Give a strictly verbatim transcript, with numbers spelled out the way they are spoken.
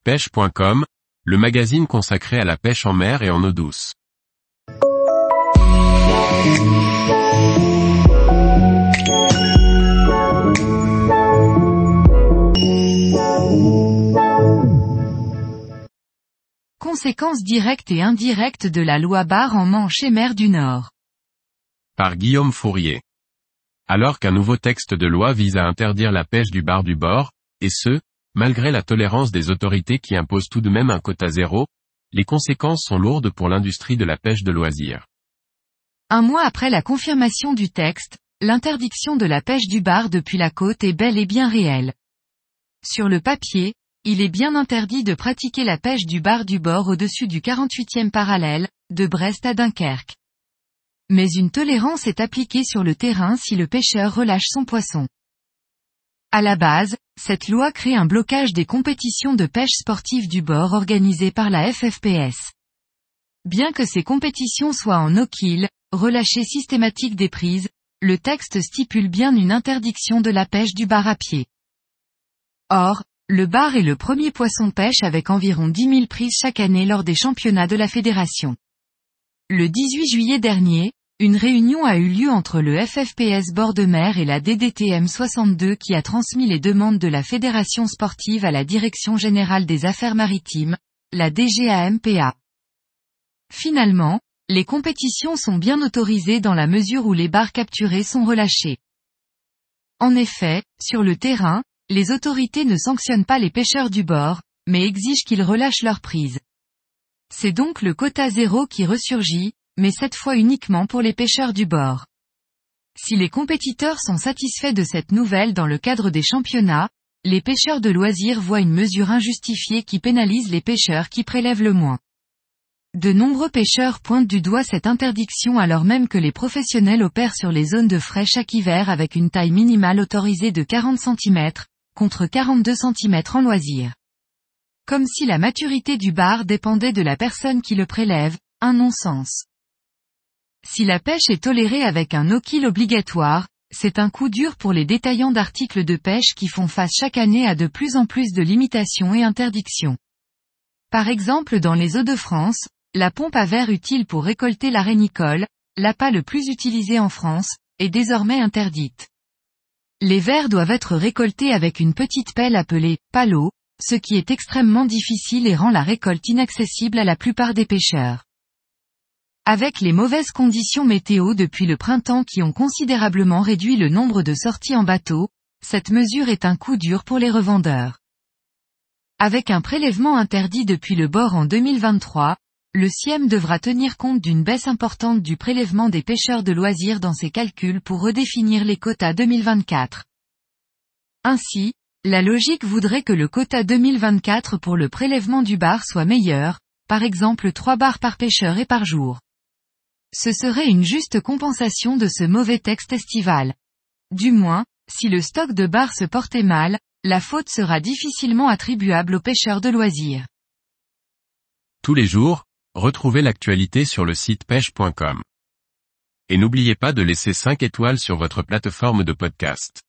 pêche point com, le magazine consacré à la pêche en mer et en eau douce. Conséquences directes et indirectes de la loi Barre en Manche et mer du Nord. Par Guillaume Fourier. Alors qu'un nouveau texte de loi vise à interdire la pêche du bar du bord, et ce, malgré la tolérance des autorités qui imposent tout de même un quota zéro, les conséquences sont lourdes pour l'industrie de la pêche de loisirs. Un mois après la confirmation du texte, l'interdiction de la pêche du bar depuis la côte est bel et bien réelle. Sur le papier, il est bien interdit de pratiquer la pêche du bar du bord au-dessus du quarante-huitième parallèle, de Brest à Dunkerque. Mais une tolérance est appliquée sur le terrain si le pêcheur relâche son poisson. À la base, cette loi crée un blocage des compétitions de pêche sportive du bord organisées par la F F P S. Bien que ces compétitions soient en no-kill, relâchée systématique des prises, le texte stipule bien une interdiction de la pêche du bar à pied. Or, le bar est le premier poisson-pêche avec environ dix mille prises chaque année lors des championnats de la fédération. Le dix-huit juillet dernier, une réunion a eu lieu entre le F F P S Bord de Mer et la D D T M soixante-deux qui a transmis les demandes de la fédération sportive à la Direction générale des affaires maritimes, la D G A M P A. Finalement, les compétitions sont bien autorisées dans la mesure où les bars capturés sont relâchés. En effet, sur le terrain, les autorités ne sanctionnent pas les pêcheurs du bord, mais exigent qu'ils relâchent leurs prises. C'est donc le quota zéro qui ressurgit, mais cette fois uniquement pour les pêcheurs du bord. Si les compétiteurs sont satisfaits de cette nouvelle dans le cadre des championnats, les pêcheurs de loisirs voient une mesure injustifiée qui pénalise les pêcheurs qui prélèvent le moins. De nombreux pêcheurs pointent du doigt cette interdiction alors même que les professionnels opèrent sur les zones de frais chaque hiver avec une taille minimale autorisée de quarante centimètres, contre quarante-deux centimètres en loisirs. Comme si la maturité du bar dépendait de la personne qui le prélève, un non-sens. Si la pêche est tolérée avec un no-kill obligatoire, c'est un coup dur pour les détaillants d'articles de pêche qui font face chaque année à de plus en plus de limitations et interdictions. Par exemple dans les Hauts-de-France, la pompe à verre utile pour récolter la rénicole, l'appât le plus utilisé en France, est désormais interdite. Les vers doivent être récoltés avec une petite pelle appelée « palo », ce qui est extrêmement difficile et rend la récolte inaccessible à la plupart des pêcheurs. Avec les mauvaises conditions météo depuis le printemps qui ont considérablement réduit le nombre de sorties en bateau, cette mesure est un coup dur pour les revendeurs. Avec un prélèvement interdit depuis le bord en deux mille vingt-trois, le C I E M devra tenir compte d'une baisse importante du prélèvement des pêcheurs de loisirs dans ses calculs pour redéfinir les quotas deux mille vingt-quatre. Ainsi, la logique voudrait que le quota deux mille vingt-quatre pour le prélèvement du bar soit meilleur, par exemple trois bars par pêcheur et par jour. Ce serait une juste compensation de ce mauvais texte estival. Du moins, si le stock de bars se portait mal, la faute sera difficilement attribuable aux pêcheurs de loisirs. Tous les jours, retrouvez l'actualité sur le site pêche point com. Et n'oubliez pas de laisser cinq étoiles sur votre plateforme de podcast.